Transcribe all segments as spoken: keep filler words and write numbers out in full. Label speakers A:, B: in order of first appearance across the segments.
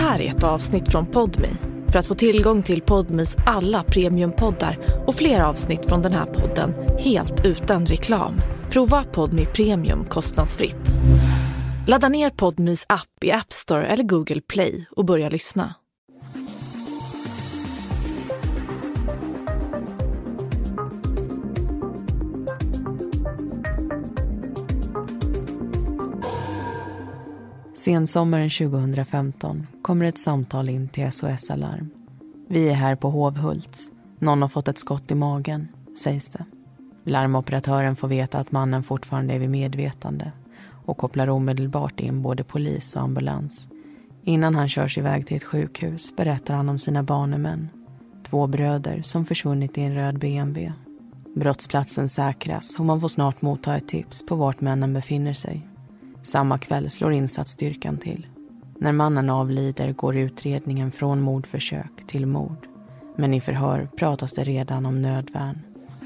A: här är ett avsnitt från Podme. För att få tillgång till Podmes alla premiumpoddar och fler avsnitt från den här podden helt utan reklam, prova Podme Premium kostnadsfritt. Ladda ner Podmes app i App Store eller Google Play och börja lyssna.
B: Sensommaren tjugohundrafemton kommer ett samtal in till S O S Alarm. Vi är här på Hovhults. Någon har fått ett skott i magen, sägs det. Larmoperatören får veta att mannen fortfarande är vid medvetande och kopplar omedelbart in både polis och ambulans. Innan han körs iväg till ett sjukhus berättar han om sina barnemän. Två bröder som försvunnit i en röd B M W. Brottsplatsen säkras och man får snart motta ett tips på vart männen befinner sig. Samma kväll slår insatsstyrkan till. När mannen avlider går utredningen från mordförsök till mord. Men i förhör pratas det redan om nödvärn.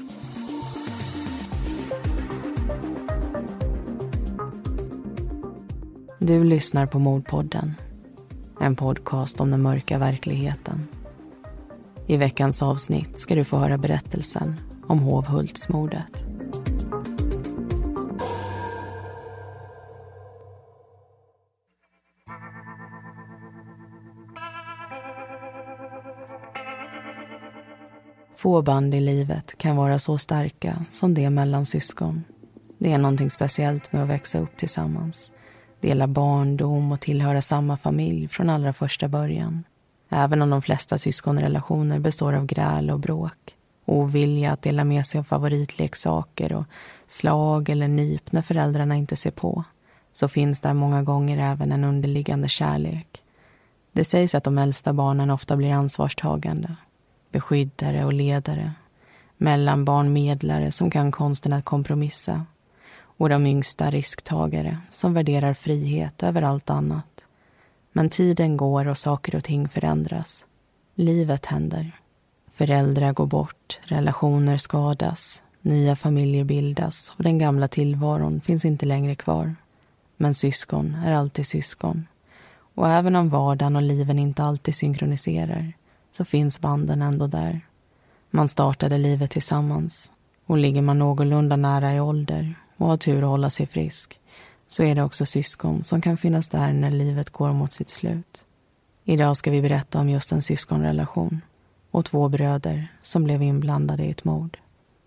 B: Du lyssnar på Mordpodden. En podcast om den mörka verkligheten. I veckans avsnitt ska du få höra berättelsen om Hovhultsmordet. Få band i livet kan vara så starka som det mellan syskon. Det är någonting speciellt med att växa upp tillsammans. Dela barndom och tillhöra samma familj från allra första början. Även om de flesta syskonrelationer består av gräl och bråk. Ovilja att dela med sig av favoritleksaker och slag eller nyp när föräldrarna inte ser på. Så finns där många gånger även en underliggande kärlek. Det sägs att de äldsta barnen ofta blir ansvarstagande. Beskyddare och ledare, mellanbarnmedlare som kan konsten att kompromissa och de yngsta risktagare som värderar frihet över allt annat. Men tiden går och saker och ting förändras. Livet händer. Föräldrar går bort, relationer skadas, nya familjer bildas och den gamla tillvaron finns inte längre kvar. Men syskon är alltid syskon. Och även om vardagen och liven inte alltid synkroniserar så finns banden ändå där. Man startade livet tillsammans och ligger man någorlunda nära i ålder och har tur att hålla sig frisk så är det också syskon som kan finnas där när livet går mot sitt slut. Idag ska vi berätta om just en syskonrelation och två bröder som blev inblandade i ett mord.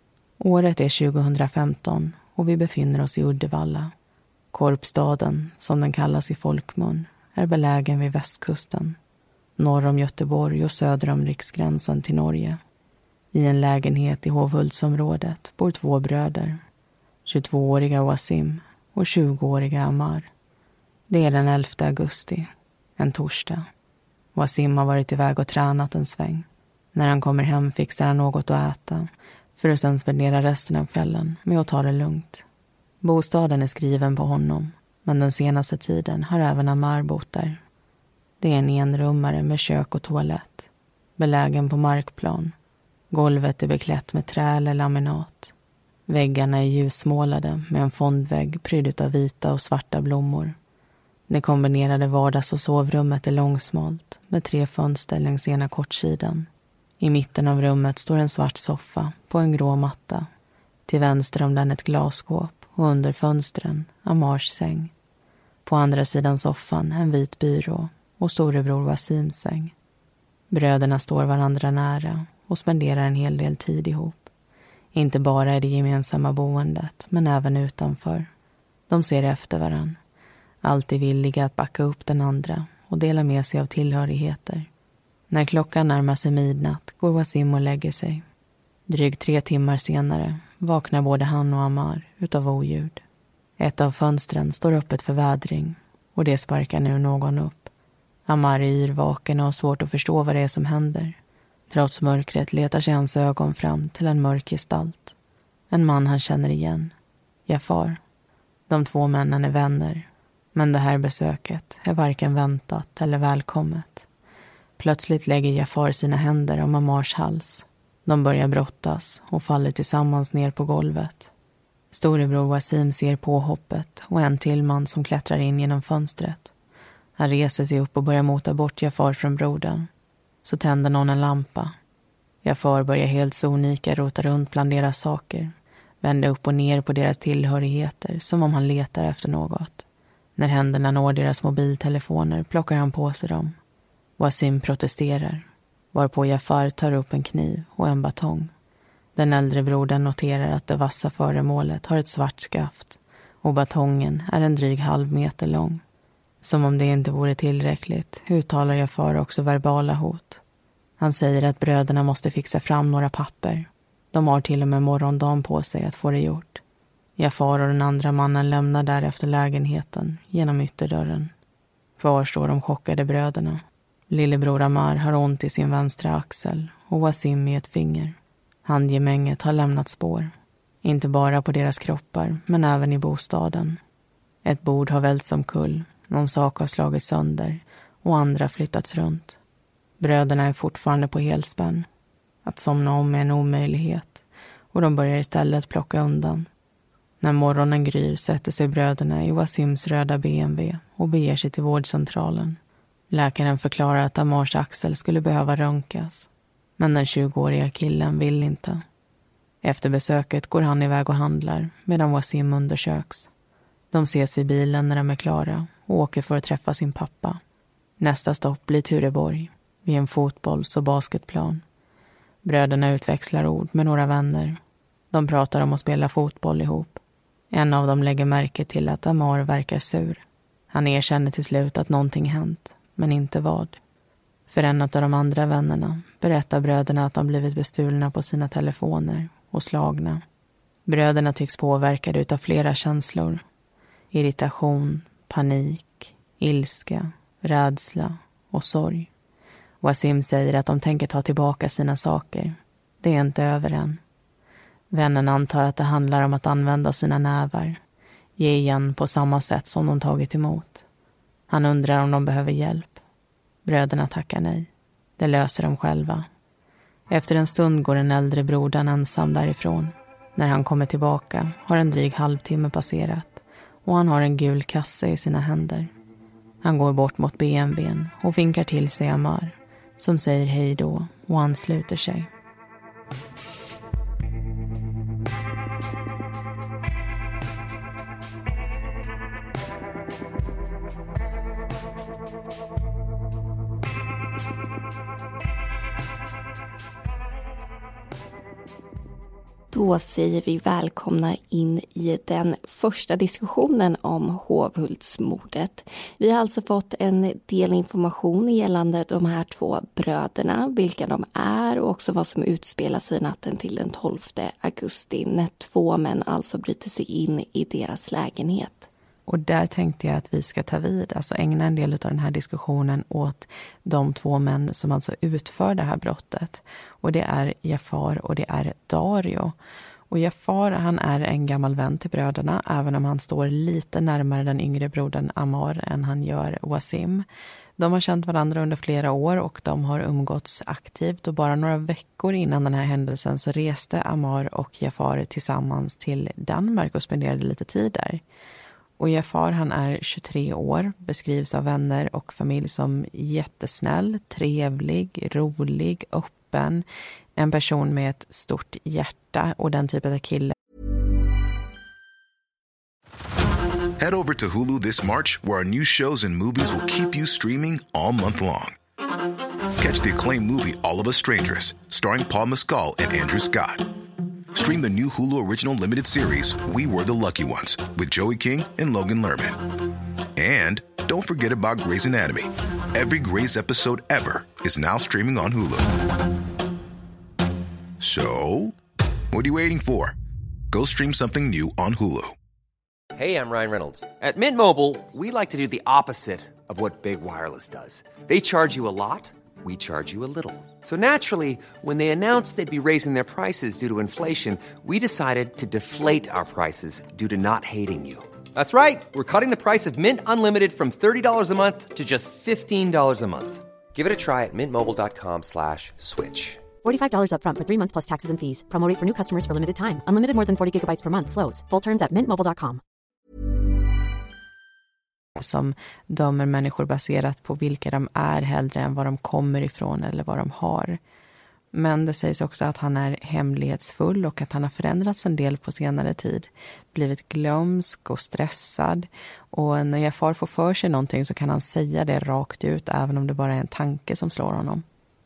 B: Året är tjugohundrafemton och vi befinner oss i Uddevalla. Korpstaden, som den kallas i folkmun, är belägen vid västkusten. Norr om Göteborg och söder om riksgränsen till Norge. I en lägenhet i Hovhultsområdet bor två bröder. tjugotvååriga Wasim och tjugoåriga Amar. Det är den elfte augusti, en torsdag. Wasim har varit iväg och tränat en sväng. När han kommer hem fixar han något att äta för att sedan spendera resten av kvällen med att ta det lugnt. Bostaden är skriven på honom, men den senaste tiden har även Amar bott där. Det är en enrummare med kök och toalett. Belägen på markplan. Golvet är beklätt med trä eller laminat. Väggarna är ljusmålade med en fondvägg prydd av vita och svarta blommor. Det kombinerade vardags- och sovrummet är långsmalt med tre fönster längs ena kortsidan. I mitten av rummet står en svart soffa på en grå matta. Till vänster om den ett glasskåp och under fönstren Amars säng. På andra sidan soffan en vit byrå och storebror Wasims säng. Bröderna står varandra nära och spenderar en hel del tid ihop. Inte bara i det gemensamma boendet, men även utanför. De ser efter varann. Alltid villiga att backa upp den andra och dela med sig av tillhörigheter. När klockan närmar sig midnatt går Wasim och lägger sig. Drygt tre timmar senare vaknar både han och Amar utav oljud. Ett av fönstren står öppet för vädring och det sparkar nu någon upp. Amar är yrvaken och har svårt att förstå vad det är som händer. Trots mörkret letar sig hans ögon fram till en mörk gestalt. En man han känner igen. Jafar. De två männen är vänner. Men det här besöket är varken väntat eller välkommet. Plötsligt lägger Jafar sina händer om Amars hals. De börjar brottas och faller tillsammans ner på golvet. Storebror Wasim ser påhoppet och en till man som klättrar in genom fönstret. Han reser sig upp och börjar mota bort Jafar från brodern. Så tänder någon en lampa. Jafar börjar helt sonika rota runt bland deras saker. Vända upp och ner på deras tillhörigheter som om han letar efter något. När händerna når deras mobiltelefoner plockar han på sig dem. Wasim protesterar. Varpå Jafar tar upp en kniv och en batong. Den äldre brodern noterar att det vassa föremålet har ett svart skaft. Och batongen är en dryg halv meter lång. Som om det inte vore tillräckligt uttalar Jafar också verbala hot. Han säger att bröderna måste fixa fram några papper. De har till och med morgondagen på sig att få det gjort. Jafar och den andra mannen lämnar därefter lägenheten genom ytterdörren. Kvar står de chockade bröderna. Lillebror Amar har ont i sin vänstra axel och Wasim i ett finger. Handgemänget har lämnat spår. Inte bara på deras kroppar men även i bostaden. Ett bord har välts omkull, någon sak har slagits sönder och andra flyttats runt. Bröderna är fortfarande på helspänn. Att somna om är en omöjlighet och de börjar istället plocka undan. När morgonen gryr sätter sig bröderna i Wasims röda B M W och beger sig till vårdcentralen. Läkaren förklarar att Amars axel skulle behöva röntgas. Men den tjugoåriga killen vill inte. Efter besöket går han iväg och handlar medan Wasim undersöks. De ses vid bilen när de är klara och åker för att träffa sin pappa. Nästa stopp blir Tureborg, vid en fotbolls- och basketplan. Bröderna utväxlar ord med några vänner. De pratar om att spela fotboll ihop. En av dem lägger märke till att Amar verkar sur. Han erkänner till slut att någonting hänt, men inte vad. För en av de andra vännerna berättar bröderna att de blivit bestulna på sina telefoner och slagna. Bröderna tycks påverkade utav flera känslor. Irritation, panik, ilska, rädsla och sorg. Wasim säger att de tänker ta tillbaka sina saker. Det är inte över än. Vännen antar att det handlar om att använda sina nävar. Ge igen på samma sätt som de tagit emot. Han undrar om de behöver hjälp. Bröderna tackar nej. Det löser de själva. Efter en stund går den äldre brodern ensam därifrån. När han kommer tillbaka har en dryg halvtimme passerat och han har en gul kasse i sina händer. Han går bort mot B M W:n och vinkar till sig Amar som säger hej då och ansluter sig.
C: Då säger vi välkomna in i den första diskussionen om Hovhultsmordet. Vi har alltså fått en del information gällande de här två bröderna, vilka de är och också vad som utspelar sig natten till den tolfte augusti när två män alltså bryter sig in i deras lägenhet.
B: Och där tänkte jag att vi ska ta vid, alltså ägna en del av den här diskussionen åt de två män som alltså utför det här brottet. Och det är Jafar och det är Dario. Och Jafar, han är en gammal vän till bröderna, även om han står lite närmare den yngre brodern Amar än han gör Wasim. De har känt varandra under flera år och de har umgåtts aktivt och bara några veckor innan den här händelsen så reste Amar och Jafar tillsammans till Danmark och spenderade lite tid där. Och Jafar, han är tjugotre år, beskrivs av vänner och familj som jättesnäll, trevlig, rolig, öppen. En person med ett stort hjärta och den typen av kille.
D: Head over to Hulu this March, where our new shows and movies will keep you streaming all month long. Catch the acclaimed movie All of Us Strangers, starring Paul Mescal and Andrew Scott. Stream the new Hulu original limited series We Were the Lucky Ones with Joey King and Logan Lerman. And don't forget about Grey's Anatomy. Every Grey's episode ever is now streaming on Hulu. So, what are you waiting for? Go stream something new on Hulu.
E: Hey, I'm Ryan Reynolds. At Mint Mobile, we like to do the opposite of what Big Wireless does. They charge you a lot. We charge you a little. So naturally, when they announced they'd be raising their prices due to inflation, we decided to deflate our prices due to not hating you. That's right. We're cutting the price of Mint Unlimited from thirty dollars a month to just fifteen dollars a month. Give it a try at mintmobile.com slash switch.
F: forty-five dollars up front for three months plus taxes and fees. Promo rate for new customers for limited time. Unlimited more than forty gigabytes per month slows. Full terms at mint mobile dot com.
B: som dömer människor baserat på vilka de är hellre än var de kommer ifrån eller vad de har. Men det sägs också att han är hemlighetsfull och att han har förändrats en del på senare tid. Blivit glömsk och stressad. Och när Jafar får för sig någonting så kan han säga det rakt ut även om det bara är en tanke som slår honom.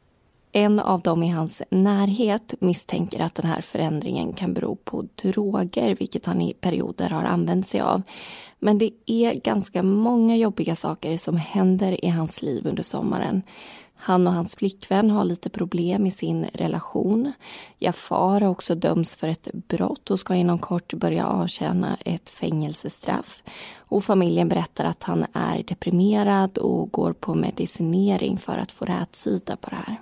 C: En av dem i hans närhet misstänker att den här förändringen kan bero på droger, vilket han i perioder har använt sig av. Men det är ganska många jobbiga saker som händer i hans liv under sommaren. Han och hans flickvän har lite problem i sin relation. Jafar har också dömts för ett brott och ska inom kort börja avtjäna ett fängelsestraff. Och familjen berättar att han är deprimerad och går på medicinering för att få rätsida på det här.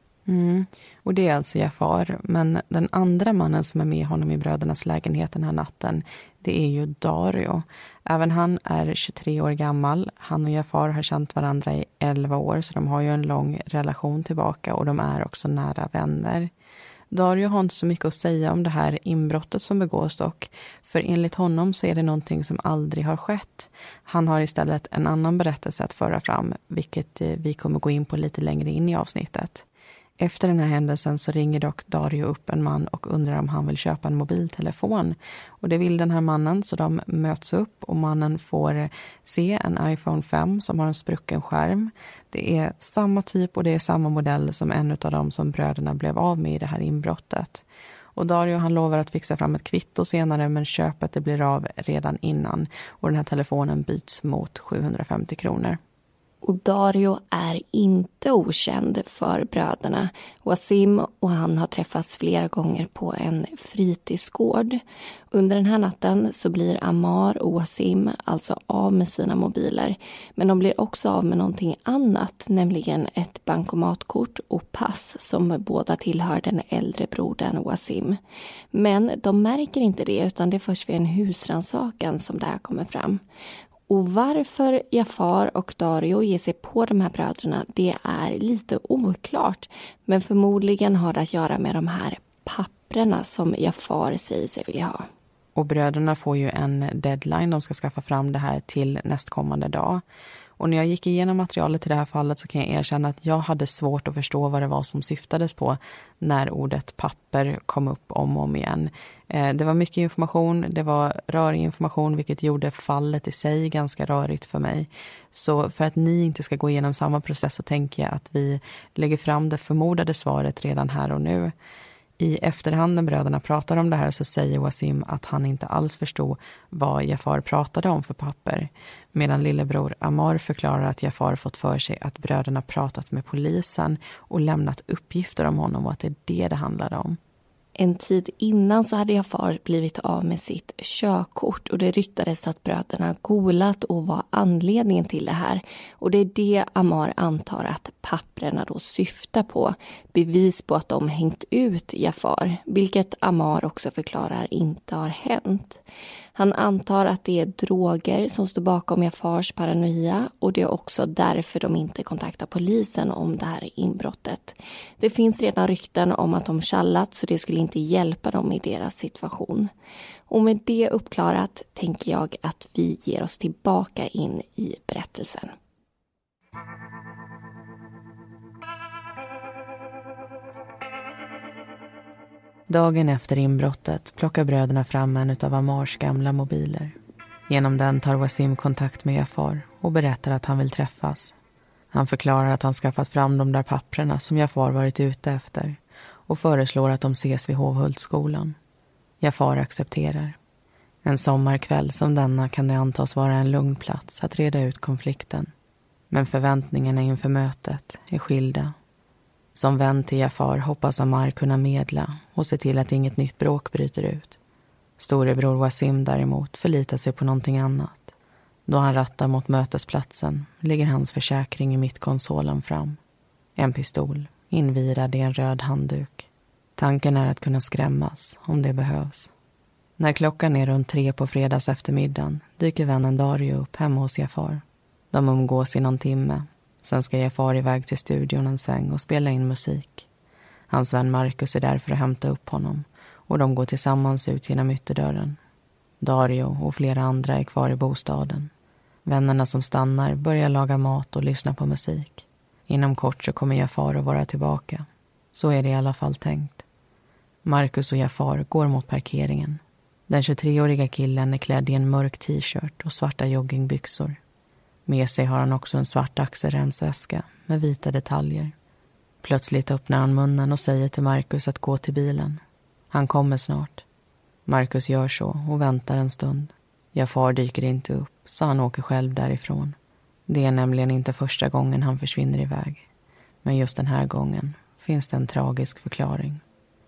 B: Mm. Och det är alltså Jafar, men den andra mannen som är med honom i brödernas lägenhet den här natten, det är ju Dario. Även han är tjugotre år gammal. Han och Jafar har känt varandra i elva år, så de har ju en lång relation tillbaka och de är också nära vänner. Dario har inte så mycket att säga om det här inbrottet som begås dock, för enligt honom så är det någonting som aldrig har skett. Han har istället en annan berättelse att föra fram, vilket vi kommer gå in på lite längre in i avsnittet. Efter den här händelsen så ringer dock Dario upp en man och undrar om han vill köpa en mobiltelefon. Och det vill den här mannen, så de möts upp och mannen får se en iPhone fem som har en sprucken skärm. Det är samma typ och det är samma modell som en av dem som bröderna blev av med i det här inbrottet. Och Dario han lovar att fixa fram ett kvitto senare, men köpet det blir av redan innan och den här telefonen byts mot sjuhundrafemtio kronor.
C: Och Dario är inte okänd för bröderna. Wasim och han har träffats flera gånger på en fritidsgård. Under den här natten så blir Amar och Wasim alltså av med sina mobiler. Men de blir också av med någonting annat, nämligen ett bankomatkort och pass som båda tillhör den äldre brodern Wasim. Men de märker inte det, utan det är först vid en husrannsakan som det här kommer fram. Och varför Jafar och Dario ger sig på de här bröderna, det är lite oklart. Men förmodligen har det att göra med de här papperna som Jafar säger sig vilja ha.
B: Och bröderna får ju en deadline, de ska skaffa fram det här till nästkommande dag. Och när jag gick igenom materialet i det här fallet så kan jag erkänna att jag hade svårt att förstå vad det var som syftades på när ordet papper kom upp om och om igen. Eh, det var mycket information, det var rörig information, vilket gjorde fallet i sig ganska rörigt för mig. Så för att ni inte ska gå igenom samma process så tänker jag att vi lägger fram det förmodade svaret redan här och nu. I efterhand när bröderna pratar om det här så säger Wasim att han inte alls förstod vad Jafar pratade om för papper. Medan lillebror Amar förklarar att Jafar fått för sig att bröderna pratat med polisen och lämnat uppgifter om honom och att det är det det handlade om.
C: En tid innan så hade Jafar blivit av med sitt körkort och det ryktades att bröderna golat och var anledningen till det här. Och det är det Amar antar att papperna då syftar på. Bevis på att de hängt ut Jafar, vilket Amar också förklarar inte har hänt. Han antar att det är droger som står bakom Jafars paranoia och det är också därför de inte kontaktar polisen om det här inbrottet. Det finns redan rykten om att de kallat så det skulle inte hjälpa dem i deras situation. Och med det uppklarat tänker jag att vi ger oss tillbaka in i berättelsen.
B: Dagen efter inbrottet plockar bröderna fram en av Amars gamla mobiler. Genom den tar Wasim kontakt med Jafar och berättar att han vill träffas. Han förklarar att han skaffat fram de där papperna som Jafar varit ute efter och föreslår att de ses vid Hovhultsskolan. Jafar accepterar. En sommarkväll som denna kan det antas vara en lugn plats att reda ut konflikten. Men förväntningarna inför mötet är skilda. Som vän till Jafar hoppas Amar kunna medla och se till att inget nytt bråk bryter ut. Storebror Wasim däremot förlitar sig på någonting annat. Då han rattar mot mötesplatsen ligger hans försäkring i mittkonsolen fram. En pistol, invirad i en röd handduk. Tanken är att kunna skrämmas om det behövs. När klockan är runt tre på fredags eftermiddagen dyker vännen Dario upp hemma hos Jafar. De umgås i någon timme. Sen ska Jafar iväg till studion en sväng och spela in musik. Hans vän Marcus är där för att hämta upp honom och de går tillsammans ut genom ytterdörren. Dario och flera andra är kvar i bostaden. Vännerna som stannar börjar laga mat och lyssna på musik. Inom kort så kommer Jafar att vara tillbaka. Så är det i alla fall tänkt. Marcus och Jafar går mot parkeringen. Den tjugotreåriga killen är klädd i en mörk t-shirt och svarta joggingbyxor. Med sig har han också en svart axelremsväska med vita detaljer. Plötsligt öppnar han munnen och säger till Marcus att gå till bilen. Han kommer snart. Marcus gör så och väntar en stund. Jafar dyker inte upp så han åker själv därifrån. Det är nämligen inte första gången han försvinner iväg. Men just den här gången finns det en tragisk förklaring.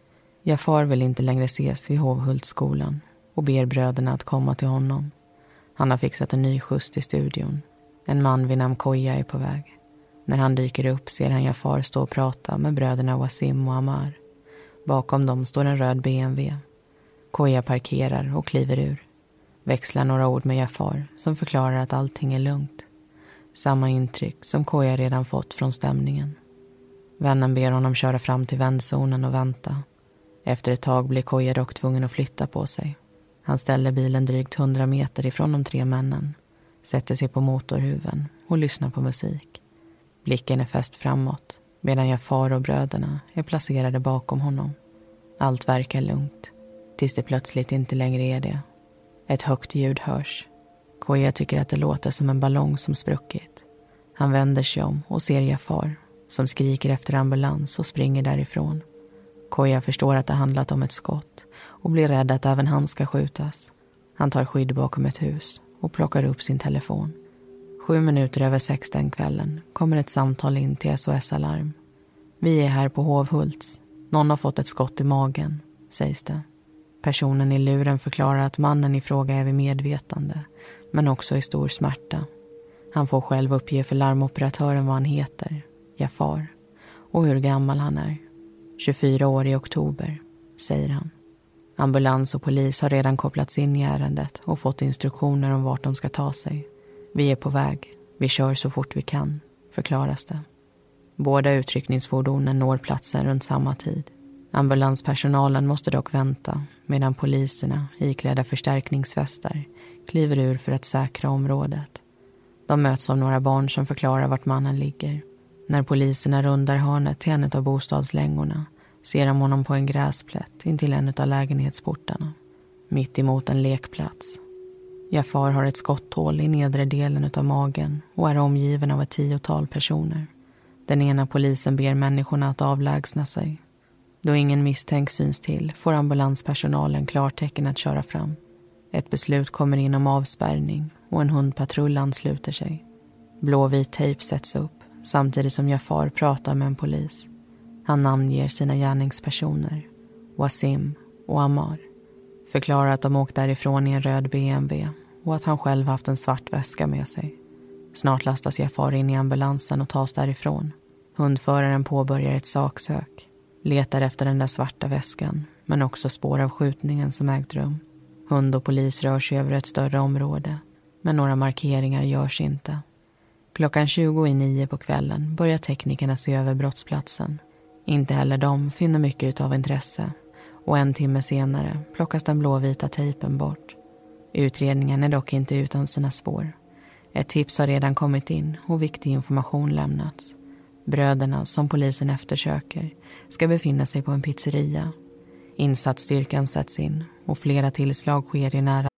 B: Jafar vill inte längre ses vid Hovhultsskolan och ber bröderna att komma till honom. Han har fixat en ny skjuts till studion. En man vid namn Koya är på väg. När han dyker upp ser han Jafar stå och prata med bröderna Wasim och Amar. Bakom dem står en röd B M W. Koya parkerar och kliver ur. Växlar några ord med Jafar som förklarar att allting är lugnt. Samma intryck som Koya redan fått från stämningen. Vännen ber honom köra fram till vändzonen och vänta. Efter ett tag blir Koya dock tvungen att flytta på sig. Han ställer bilen drygt hundra meter ifrån de tre männen. Sätter sig på motorhuven och lyssnar på musik. Blicken är fäst framåt medan Jafar och bröderna är placerade bakom honom. Allt verkar lugnt tills det plötsligt inte längre är det. Ett högt ljud hörs. Koya tycker att det låter som en ballong som spruckit. Han vänder sig om och ser Jafar som skriker efter ambulans och springer därifrån. Koya förstår att det handlat om ett skott och blir rädd att även han ska skjutas. Han tar skydd bakom ett hus och plockar upp sin telefon. Sju minuter över sex den kvällen kommer ett samtal in till S O S-alarm. Vi är här på Hovhults. Någon har fått ett skott i magen, sägs det. Personen i luren förklarar att mannen i fråga är vid medvetande, men också i stor smärta. Han får själv uppge för larmoperatören vad han heter, Jafar, och hur gammal han är. tjugofyra år i oktober, säger han. Ambulans och polis har redan kopplats in i ärendet och fått instruktioner om vart de ska ta sig. Vi är på väg. Vi kör så fort vi kan, förklaras det. Båda utryckningsfordonen når platsen runt samma tid. Ambulanspersonalen måste dock vänta medan poliserna, iklädda förstärkningsvästar, kliver ur för att säkra området. De möts av några barn som förklarar vart mannen ligger. När poliserna rundar hörnet till en av bostadslängorna ser de honom på en gräsplätt intill en av lägenhetsportarna. Mitt emot en lekplats. Jafar har ett skotthål i nedre delen av magen och är omgiven av ett tiotal personer. Den ena polisen ber människorna att avlägsna sig. Då ingen misstänkt syns till får ambulanspersonalen klartecken att köra fram. Ett beslut kommer in om avspärrning och en hundpatrull ansluter sig. Blåvit tejp sätts upp samtidigt som Jafar pratar med en polis. Han namnger sina gärningspersoner, Wasim och Amar. Förklarar att de åkt därifrån i en röd B M W och att han själv haft en svart väska med sig. Snart lastas Jafar in i ambulansen och tas därifrån. Hundföraren påbörjar ett saksök. Letar efter den där svarta väskan, men också spår av skjutningen som ägt rum. Hund och polis rör sig över ett större område, men några markeringar görs inte. Klockan tjugo i nio på kvällen börjar teknikerna se över brottsplatsen. Inte heller de finner mycket av intresse, och en timme senare plockas den blåvita tejpen bort. Utredningen är dock inte utan sina spår. Ett tips har redan kommit in och viktig information lämnats. Bröderna som polisen eftersöker ska befinna sig på en pizzeria. Insatsstyrkan sätts in och flera tillslag sker i nära.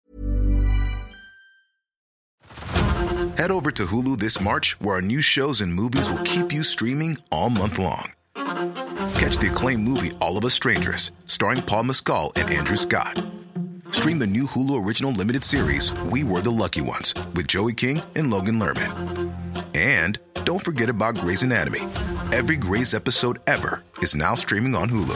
D: Head over to Hulu this March, where our new shows and movies will keep you streaming all month long. Catch the acclaimed movie All of Us Strangers, starring Paul Mescal and Andrew Scott. Stream the new Hulu original limited series We Were the Lucky Ones with Joey King and Logan Lerman. And don't forget about Grey's Anatomy. Every Grey's episode ever is now streaming on Hulu.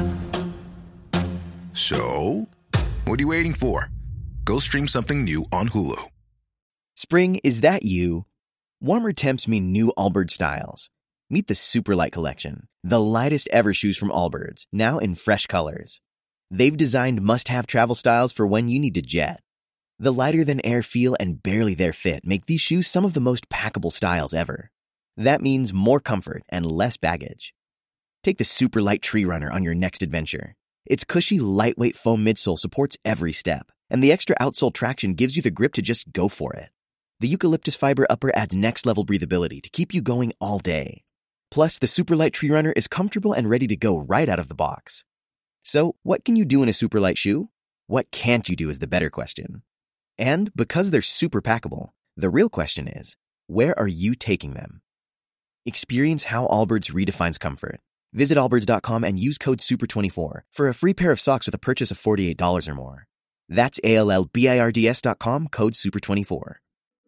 D: So, what are you waiting for? Go stream something new on Hulu.
G: Spring, is that you? Warmer temps mean new Allbirds styles. Meet the Superlight Collection, the lightest ever shoes from Allbirds, now in fresh colors. They've designed must-have travel styles for when you need to jet. The lighter-than-air feel and barely-there fit make these shoes some of the most packable styles ever. That means more comfort and less baggage. Take the Superlight Tree Runner on your next adventure. Its cushy, lightweight foam midsole supports every step, and the extra outsole traction gives you the grip to just go for it. The eucalyptus fiber upper adds next-level breathability to keep you going all day. Plus, the Superlight Tree Runner is comfortable and ready to go right out of the box. So, what can you do in a Superlight shoe? What can't you do is the better question. And because they're super packable, the real question is, where are you taking them? Experience how Allbirds redefines comfort. Visit allbirds dot com and use code super twenty-four for a free pair of socks with a purchase of forty-eight dollars or more. That's A L L B I R D S dot com, code super twenty-four.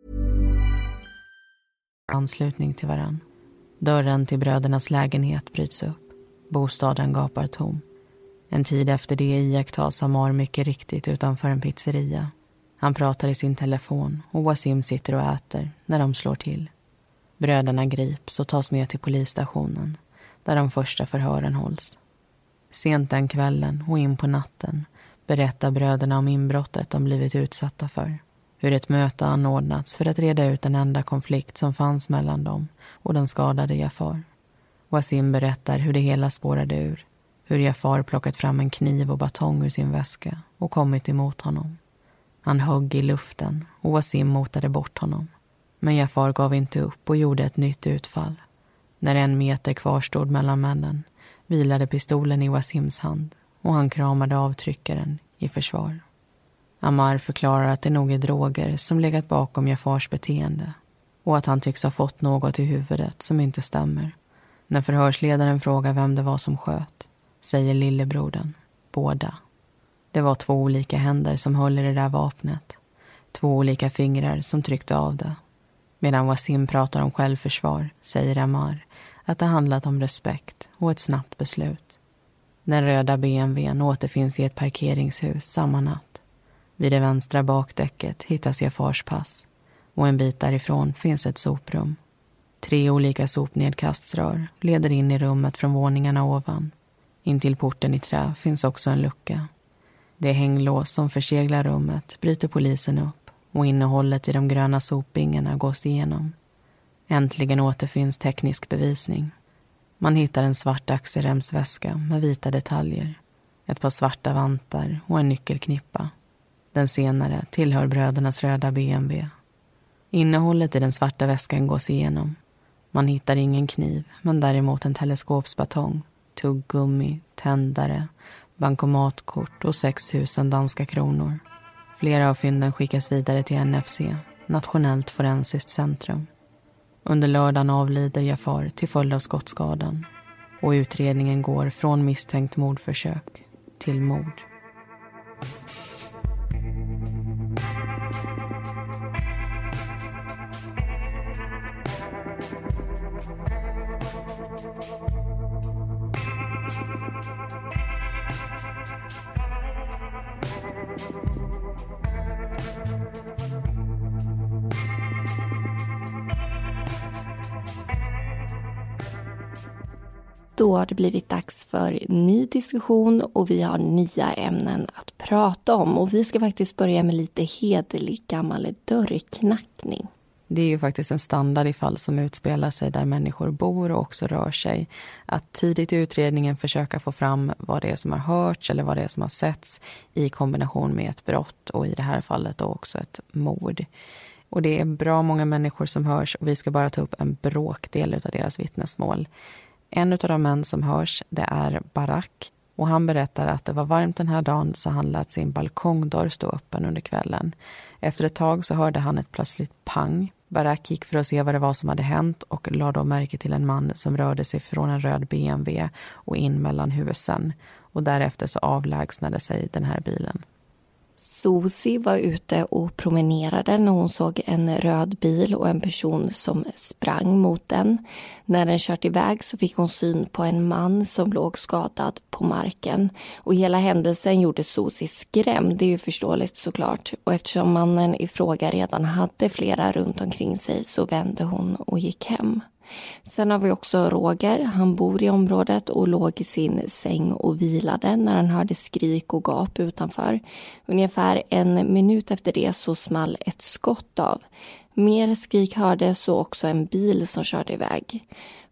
B: Anslutning till varann. Dörren till brödernas lägenhet bryts upp. Bostaden gapar tom. En tid efter det iakttas Amar mycket riktigt utanför en pizzeria. Han pratar i sin telefon och Wasim sitter och äter när de slår till. Bröderna grips och tas med till polisstationen där de första förhören hålls. Sent den kvällen och in på natten berättar bröderna om inbrottet de blivit utsatta för. Hur ett möte anordnats för att reda ut den enda konflikt som fanns mellan dem och den skadade Jafar. Wasim berättar hur det hela spårade ur. Hur Jafar plockat fram en kniv och batong ur sin väska och kommit emot honom. Han högg i luften och Wasim motade bort honom. Men Jafar gav inte upp och gjorde ett nytt utfall. När en meter kvarstod mellan männen vilade pistolen i Wasims hand och han kramade avtryckaren i försvar. Amar förklarar att det nog är droger som legat bakom Jafars beteende och att han tycks ha fått något i huvudet som inte stämmer. När förhörsledaren frågar vem det var som sköt säger lillebrodern, båda. Det var två olika händer som höll i det där vapnet. Två olika fingrar som tryckte av det. Medan Wasim pratar om självförsvar säger Amar att det handlat om respekt och ett snabbt beslut. Den röda B M W:n återfinns i ett parkeringshus samma natt. Vid det vänstra bakdäcket hittas Jafars pass och en bit därifrån finns ett soprum. Tre olika sopnedkastsrör leder in i rummet från våningarna ovan. Intill porten i trä finns också en lucka. Det hänglås som förseglar rummet bryter polisen upp och innehållet i de gröna sopbingarna gås igenom. Äntligen återfinns teknisk bevisning. Man hittar en svart axelremsväska med vita detaljer, ett par svarta vantar och en nyckelknippa. Den senare tillhör brödernas röda B M W. Innehållet i den svarta väskan gås igenom. Man hittar ingen kniv, men däremot en teleskopsbatong, tuggummi, tändare, bankomatkort och sex tusen danska kronor. Flera av fynden skickas vidare till N F C, Nationellt forensiskt centrum. Under lördagen avlider Jafar till följd av skottskadan och utredningen går från misstänkt mordförsök till mord.
C: Då har det blivit dags för ny diskussion och vi har nya ämnen att prata om. Och vi ska faktiskt börja med lite hederlig gammal dörrknackning.
B: Det är ju faktiskt en standard i fall som utspelar sig där människor bor och också rör sig. Att tidigt i utredningen försöka få fram vad det är som har hörts eller vad det är som har setts i kombination med ett brott och i det här fallet då också ett mord. Och det är bra många människor som hörs och vi ska bara ta upp en bråkdel av deras vittnesmål. En av de män som hörs, det är Barak och han berättar att det var varmt den här dagen så han lät sin balkongdörr stå öppen under kvällen. Efter ett tag så hörde han ett plötsligt pang. Barak gick för att se vad det var som hade hänt och lade då märke till en man som rörde sig från en röd B M W och in mellan husen. Och därefter så avlägsnade sig den här bilen.
C: Susi var ute och promenerade när hon såg en röd bil och en person som sprang mot den. När den kört iväg så fick hon syn på en man som låg skadad på marken. Och hela händelsen gjorde Susi skrämd, det är ju förståeligt såklart. Och eftersom mannen i fråga redan hade flera runt omkring sig så vände hon och gick hem. Sen har vi också Roger, han bor i området och låg i sin säng och vilade när han hörde skrik och gap utanför. Ungefär en minut efter det så small ett skott av. Mer skrik hördes och också en bil som körde iväg.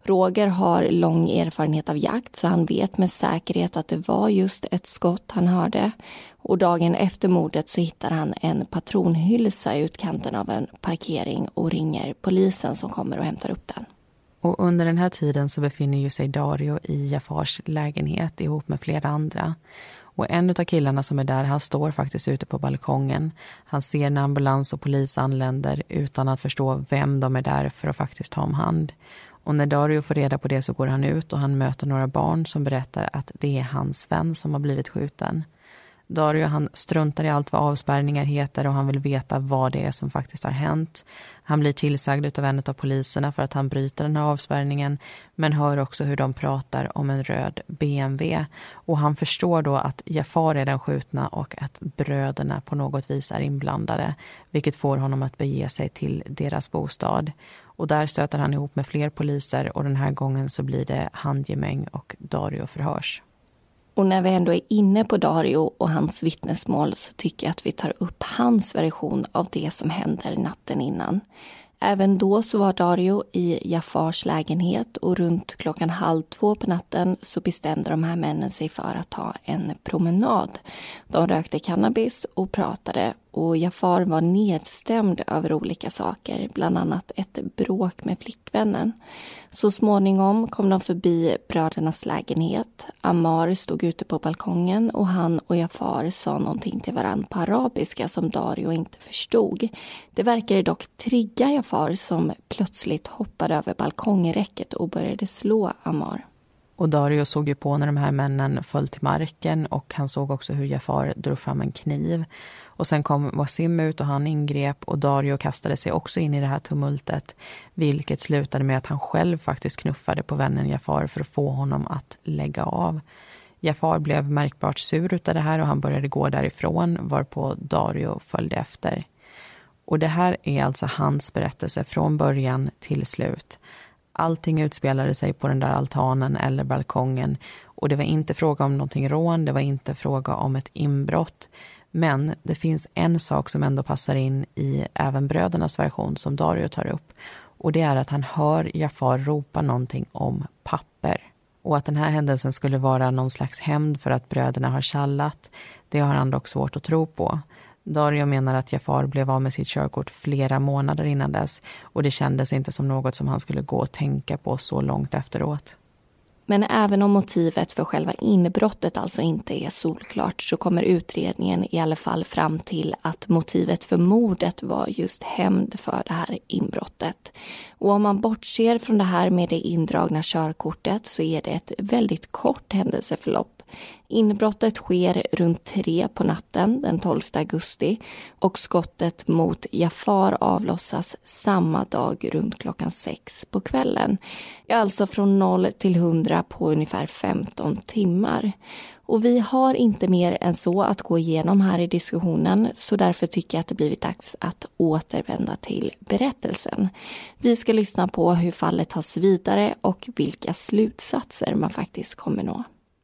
C: Roger har lång erfarenhet av jakt så han vet med säkerhet att det var just ett skott han hörde. Och dagen efter mordet så hittar han en patronhylsa i utkanten av en parkering och ringer polisen som kommer och hämtar upp den.
B: Och under den här tiden så befinner ju sig Dario i Jafars lägenhet ihop med flera andra. Och en av killarna som är där, han står faktiskt ute på balkongen. Han ser när ambulans och polis anländer utan att förstå vem de är där för att faktiskt ta om hand. Och när Dario får reda på det så går han ut och han möter några barn som berättar att det är hans vän som har blivit skjuten. Dario han struntar i allt vad avspärrningar heter och han vill veta vad det är som faktiskt har hänt. Han blir tillsagd av en av poliserna för att han bryter den här avspärrningen men hör också hur de pratar om en röd B M W. Och han förstår då att Jafar är den skjutna och att bröderna på något vis är inblandade, vilket får honom att bege sig till deras bostad. Och där stöter han ihop med fler poliser och den här gången så blir det handgemäng och Dario förhörs.
C: Och när vi ändå är inne på Dario och hans vittnesmål så tycker jag att vi tar upp hans version av det som händer natten innan. Även då så var Dario i Jafars lägenhet och runt klockan halv två på natten så bestämde de här männen sig för att ta en promenad. De rökte cannabis och pratade och Jafar var nedstämd över olika saker, bland annat ett bråk med flickvännen. Så småningom kom de förbi brödernas lägenhet. Ammar stod ute på balkongen och han och Jafar sa någonting till varandra på arabiska som Dario inte förstod. Det verkade dock trigga Jafar som plötsligt hoppade över balkongräcket och började slå Ammar.
B: Och Dario såg ju på när de här männen föll till marken och han såg också hur Jafar drog fram en kniv. Och sen kom Wasim ut och han ingrep och Dario kastade sig också in i det här tumultet, vilket slutade med att han själv faktiskt knuffade på vännen Jafar för att få honom att lägga av. Jafar blev märkbart sur utav det här och han började gå därifrån varpå Dario följde efter. Och det här är alltså hans berättelse från början till slut. Allting utspelade sig på den där altanen eller balkongen och det var inte fråga om någonting rån, det var inte fråga om ett inbrott. Men det finns en sak som ändå passar in i även brödernas version som Dario tar upp. Och det är att han hör Jafar ropa någonting om papper. Och att den här händelsen skulle vara någon slags hämnd för att bröderna har kallat, det har han dock svårt att tro på. Dario menar att Jafar blev av med sitt körkort flera månader innan dess och det kändes inte som något som han skulle gå och tänka på så långt efteråt.
C: Men även om motivet för själva inbrottet alltså inte är solklart så kommer utredningen i alla fall fram till att motivet för mordet var just hämnd för det här inbrottet. Och om man bortser från det här med det indragna körkortet så är det ett väldigt kort händelseförlopp. Inbrottet sker runt tre på natten den tolfte augusti och skottet mot Jafar avlossas samma dag runt klockan sex på kvällen. Alltså från noll till hundra på ungefär femton timmar. Och vi har inte mer än så att gå igenom här i diskussionen så därför tycker jag att det blivit dags att återvända till berättelsen. Vi ska lyssna på hur fallet tas vidare och vilka slutsatser man faktiskt kommer nå.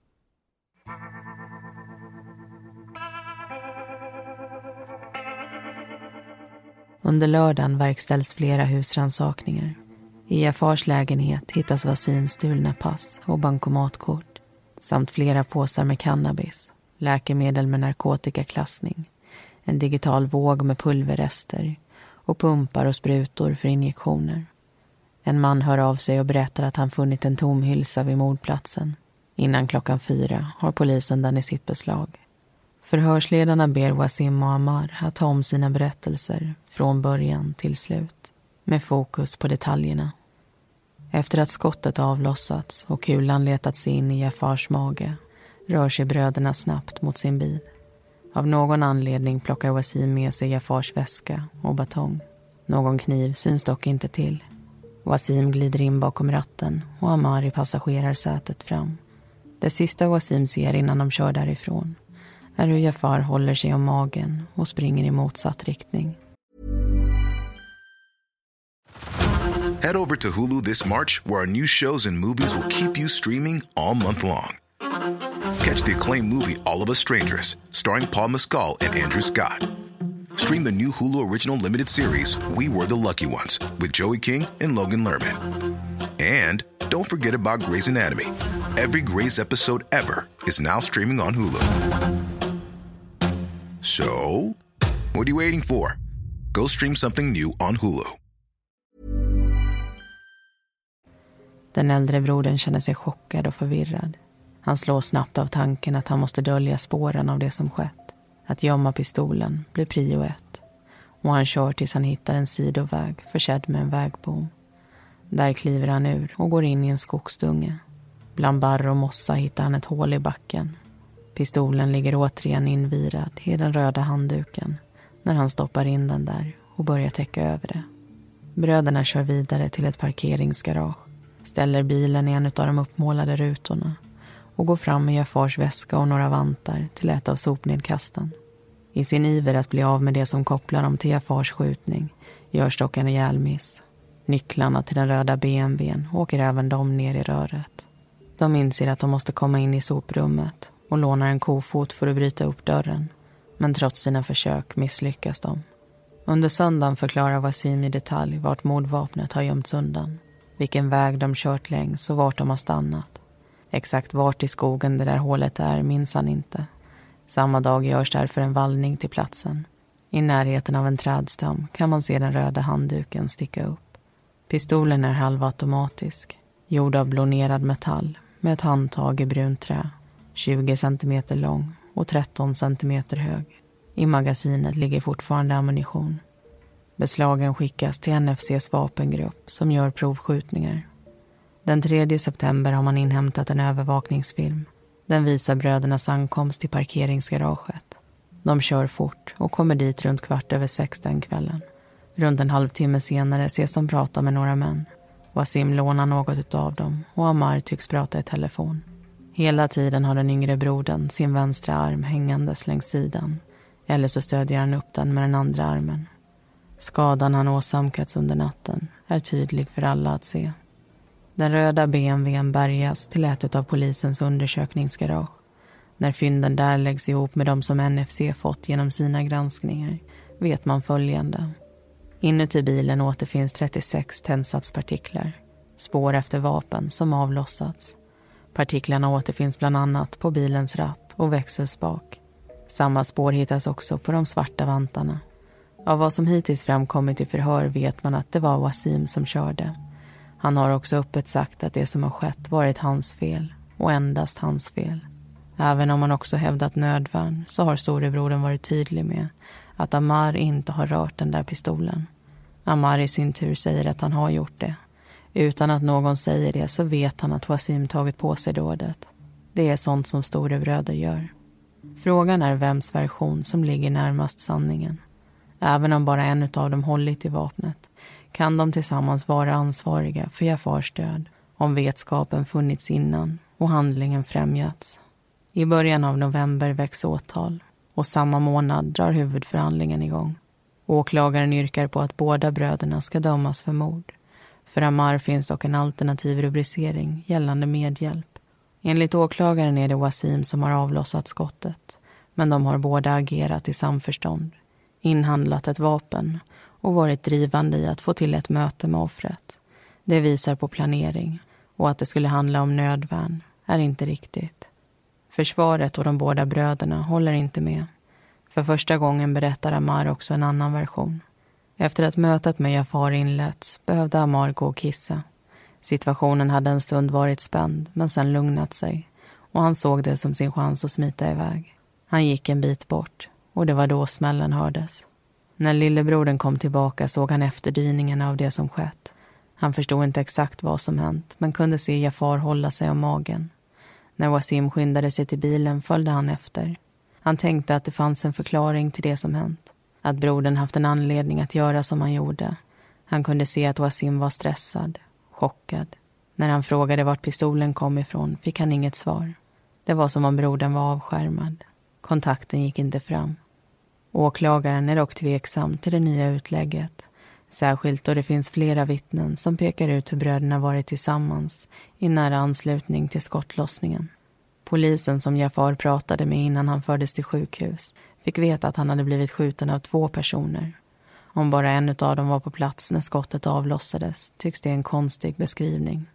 B: Under lördagen verkställs flera husrannsakningar. I Jafars lägenhet hittas Wasims stulna pass och bankomatkort samt flera påsar med cannabis, läkemedel med narkotikaklassning, en digital våg med pulverrester och pumpar och sprutor för injektioner. En man hör av sig och berättar att han funnit en tom hylsa vid mordplatsen. Innan klockan fyra har polisen den i sitt beslag. Förhörsledarna ber Wasim och Ammar att ta om sina berättelser från början till slut, med fokus på detaljerna. Efter att skottet avlossats och kulan letats in i Jafars mage rör sig bröderna snabbt mot sin bil. Av någon anledning plockar Wasim med sig Jafars väska och batong. Någon kniv syns dock inte till. Wasim glider in bakom ratten och Ammar i passagerarsätet fram. Det sista Wasim ser innan de kör därifrån är hur Jafar håller sig om magen och springer i motsatt riktning.
D: Head over to Hulu this March, where our new shows and movies will keep you streaming all month long. Catch the acclaimed movie All of Us Strangers, starring Paul Mescal and Andrew Scott. Stream the new Hulu original limited series We Were the Lucky Ones with Joey King and Logan Lerman. And don't forget about Grey's Anatomy. Every Grey's episode ever is now streaming on Hulu. So, what are you waiting for? Go stream something new on Hulu.
B: Den äldre brodern känner sig chockad och förvirrad. Han slår snabbt av tanken att han måste dölja spåren av det som skett. Att gömma pistolen blir prio ett. Och han kör tills han hittar en sidoväg försedd med en vägbom. Där kliver han ur och går in i en skogsdunge. Bland barr och mossa hittar han ett hål i backen. Pistolen ligger återigen invirad i den röda handduken när han stoppar in den där och börjar täcka över det. Bröderna kör vidare till ett parkeringsgarage, ställer bilen i en av de uppmålade rutorna och går fram med Jafars väska och några vantar till ett av sopnedkasten. I sin iver att bli av med det som kopplar dem till Jafars skjutning görs dock en rejäl miss. Nycklarna till den röda B M W:n åker även de ner i röret. De inser att de måste komma in i soprummet och lånar en kofot för att bryta upp dörren. Men trots sina försök misslyckas de. Under söndagen förklarar Wasim i detalj vart mordvapnet har gömts undan. Vilken väg de kört längs och vart de har stannat. Exakt vart i skogen det där hålet är minns han inte. Samma dag görs därför en vallning till platsen. I närheten av en trädstam kan man se den röda handduken sticka upp. Pistolen är halvautomatisk, gjord av blånerad metall med ett handtag i brunt trä, tjugo centimeter lång och tretton centimeter hög. I magasinet ligger fortfarande ammunition. Beslagen skickas till N F C:s vapengrupp som gör provskjutningar. Den tredje september har man inhämtat en övervakningsfilm. Den visar brödernas ankomst till parkeringsgaraget. De kör fort och kommer dit runt kvart över sex den kvällen. Runt en halvtimme senare ses de prata med några män. Wasim lånar något av dem och Ammar tycks prata i telefon. Hela tiden har den yngre brodern sin vänstra arm hängandes längs sidan. Eller så stödjer han upp den med den andra armen. Skadan han åsamkats under natten är tydlig för alla att se. Den röda B M W:n bärgas till ett av polisens undersökningsgarage. När fynden där läggs ihop med de som N F C fått genom sina granskningar vet man följande. Inuti bilen återfinns trettiosex tändsatspartiklar. Spår efter vapen som avlossats. Partiklarna återfinns bland annat på bilens ratt och växelspak. Samma spår hittas också på de svarta vantarna. Av vad som hittills framkommit i förhör vet man att det var Wasim som körde. Han har också öppet sagt att det som har skett varit hans fel och endast hans fel. Även om han också hävdat nödvärn så har storebrodern varit tydlig med att Ammar inte har rört den där pistolen. Ammar i sin tur säger att han har gjort det. Utan att någon säger det så vet han att Wasim tagit på sig dådet. Det är sånt som storebröder gör. Frågan är vems version som ligger närmast sanningen. Även om bara en av dem hållit i vapnet kan de tillsammans vara ansvariga för Jafars död om vetskapen funnits innan och handlingen främjats. I början av november väcks åtal och samma månad drar huvudförhandlingen igång. Åklagaren yrkar på att båda bröderna ska dömas för mord. För Ammar finns dock en alternativ rubricering gällande medhjälp. Enligt åklagaren är det Wasim som har avlossat skottet, men de har båda agerat i samförstånd, inhandlat ett vapen och varit drivande i att få till ett möte med offret. Det visar på planering och att det skulle handla om nödvärn är inte riktigt. Försvaret och de båda bröderna håller inte med. För första gången berättar Ammar också en annan version. Efter att mötet med Jafar inletts behövde Ammar gå och kissa. Situationen hade en stund varit spänd men sen lugnat sig och han såg det som sin chans att smita iväg. Han gick en bit bort och det var då smällen hördes. När lillebrodern kom tillbaka såg han efterdyningen av det som skett. Han förstod inte exakt vad som hänt men kunde se Jafar hålla sig om magen. När Wasim skyndade sig till bilen följde han efter. Han tänkte att det fanns en förklaring till det som hänt. Att brodern haft en anledning att göra som han gjorde. Han kunde se att Wasim var stressad, chockad. När han frågade vart pistolen kom ifrån fick han inget svar. Det var som om brodern var avskärmad. Kontakten gick inte fram. Åklagaren är dock tveksam till det nya utlägget. Särskilt då det finns flera vittnen som pekar ut hur bröderna varit tillsammans i nära anslutning till skottlossningen. Polisen som Jafar pratade med innan han fördes till sjukhus fick veta att han hade blivit skjuten av två personer. Om bara en av dem var på plats när skottet avlossades tycks det en konstig beskrivning.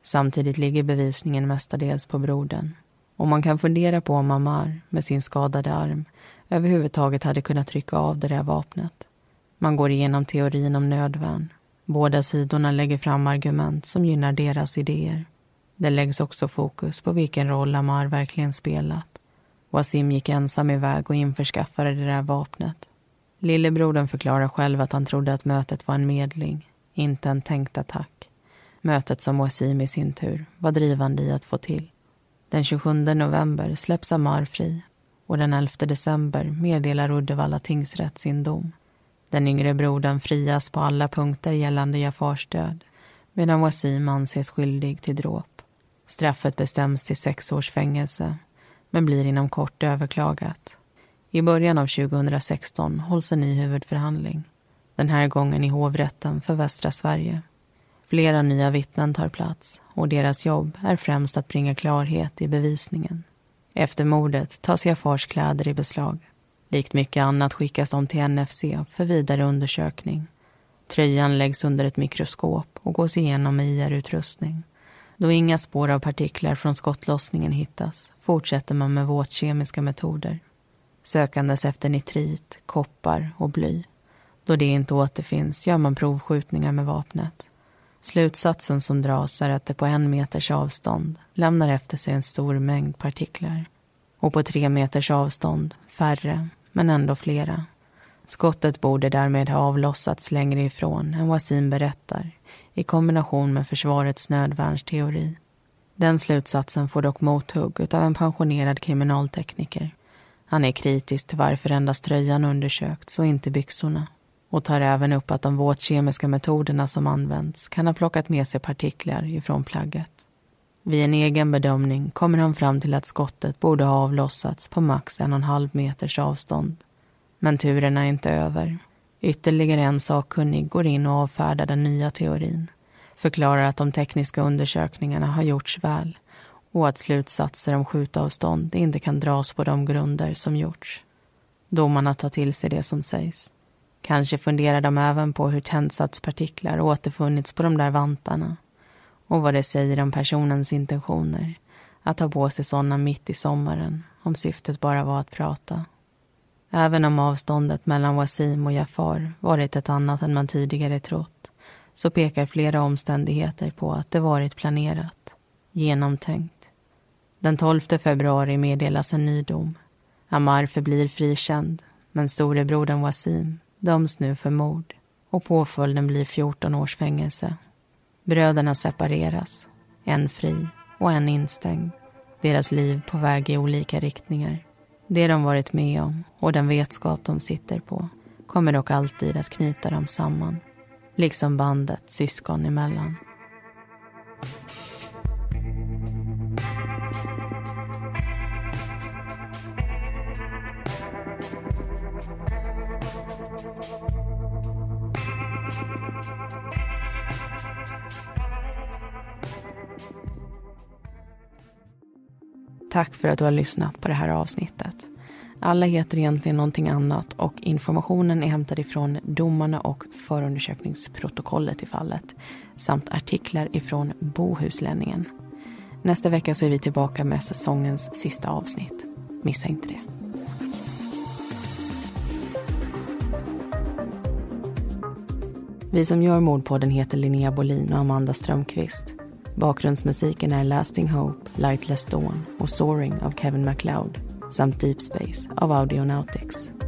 B: Samtidigt ligger bevisningen mestadels på brodern. Och man kan fundera på om Ammar med sin skadade arm överhuvudtaget hade kunnat trycka av det där vapnet. Man går igenom teorin om nödvärn. Båda sidorna lägger fram argument som gynnar deras idéer. Det läggs också fokus på vilken roll Ammar verkligen spelat. Wasim gick ensam iväg och införskaffade det där vapnet. Lillebrodern förklarar själv att han trodde att mötet var en medling, inte en tänkt attack. Mötet som Wasim i sin tur var drivande i att få till. Den tjugosjunde november släpps Ammar fri och den elfte december meddelar Uddevalla tingsrätt sin dom. Den yngre brodern frias på alla punkter gällande Jafars död, medan Wasim anses skyldig till dråp. Straffet bestäms till sex års fängelse, men blir inom kort överklagat. I början av tjugohundrasexton hålls en ny huvudförhandling. Den här gången i hovrätten för västra Sverige. Flera nya vittnen tar plats och deras jobb är främst att bringa klarhet i bevisningen. Efter mordet tas Jafars kläder i beslag. Likt mycket annat skickas de till N F C för vidare undersökning. Tröjan läggs under ett mikroskop och gås igenom med I R-utrustning. Då inga spår av partiklar från skottlossningen hittas fortsätter man med våtkemiska metoder. Sökandes efter nitrit, koppar och bly. Då det inte återfinns gör man provskjutningar med vapnet. Slutsatsen som dras är att det på en meters avstånd lämnar efter sig en stor mängd partiklar. Och på tre meters avstånd färre, men ändå flera. Skottet borde därmed ha avlossats längre ifrån än Wasim berättar, i kombination med försvarets nödvärnsteori. Den slutsatsen får dock mothugg utav en pensionerad kriminaltekniker. Han är kritisk till varför endast tröjan undersökts och inte byxorna. Och tar även upp att de våtkemiska metoderna som används kan ha plockat med sig partiklar ifrån plagget. Vid en egen bedömning kommer han fram till att skottet borde ha avlossats på max en och en halv meters avstånd. Men turerna är inte över. Ytterligare en sakkunnig går in och avfärdar den nya teorin. Förklarar att de tekniska undersökningarna har gjorts väl och att slutsatser om skjutavstånd inte kan dras på de grunder som gjorts. Domarna tar till sig det som sägs. Kanske funderar de även på hur tändsatspartiklar återfunnits på de där vantarna och vad det säger om personens intentioner att ta på sig sådana mitt i sommaren om syftet bara var att prata. Även om avståndet mellan Wasim och Jafar varit ett annat än man tidigare trott så pekar flera omständigheter på att det varit planerat, genomtänkt. Den tolfte februari meddelas en ny dom. Ammar förblir frikänd, men storebrodern Wasim döms nu för mord och påföljden blir fjorton års fängelse. Bröderna separeras, en fri och en instängd. Deras liv på väg i olika riktningar. Det de varit med om och den vetskap de sitter på kommer dock alltid att knyta dem samman. Liksom bandet syskon emellan. Tack för att du har lyssnat på det här avsnittet. Alla heter egentligen någonting annat och informationen är hämtad ifrån domarna och förundersökningsprotokollet i fallet samt artiklar ifrån Bohuslänningen. Nästa vecka så är vi tillbaka med säsongens sista avsnitt. Missa inte det. Vi som gör Mordpodden heter Linnea Bolin och Amanda Strömqvist. Bakgrundsmusiken är Lasting Hope, Lightless Dawn och Soaring av Kevin MacLeod samt Deep Space av Audionautics.